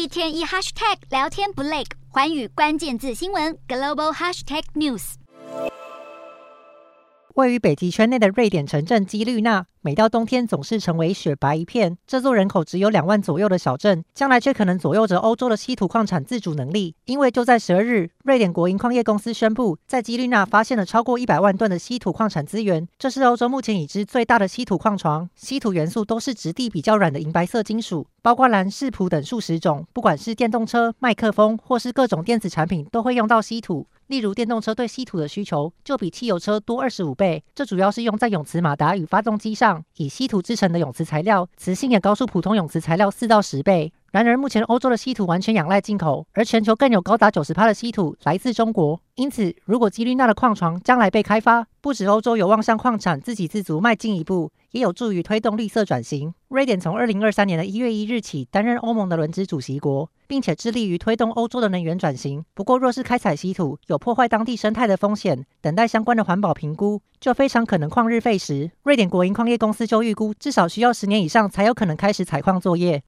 一天一 hashtag 聊天不累，寰宇关键字新闻 global hashtag news。 位于北极圈内的瑞典城镇基律纳，每到冬天总是成为雪白一片。这座人口只有2万左右的小镇，将来却可能左右着欧洲的稀土矿产自主能力。因为就在12日，瑞典国营矿业公司宣布，在基律纳发现了超过100万吨的稀土矿产资源，这是欧洲目前已知最大的稀土矿床。稀土元素都是质地比较软的银白色金属，包括蓝、视钴等数十种，不管是电动车、麦克风或是各种电子产品，都会用到稀土。例如电动车对稀土的需求就比汽油车多25倍，这主要是用在永磁马达与发动机上。以稀土制成的永磁材料，磁性也高出普通永磁材料4到10倍。然而，目前欧洲的稀土完全仰赖进口，而全球更有高达90%的稀土来自中国。因此，如果基律纳的矿床将来被开发，不止欧洲有望向矿产自给自足迈进一步，也有助于推动绿色转型。瑞典从2023年的1月1日起担任欧盟的轮值主席国，并且致力于推动欧洲的能源转型。不过，若是开采稀土，有破坏当地生态的风险，等待相关的环保评估，就非常可能旷日费时。瑞典国营矿业公司就预估，至少需要10年以上才有可能开始采矿作业。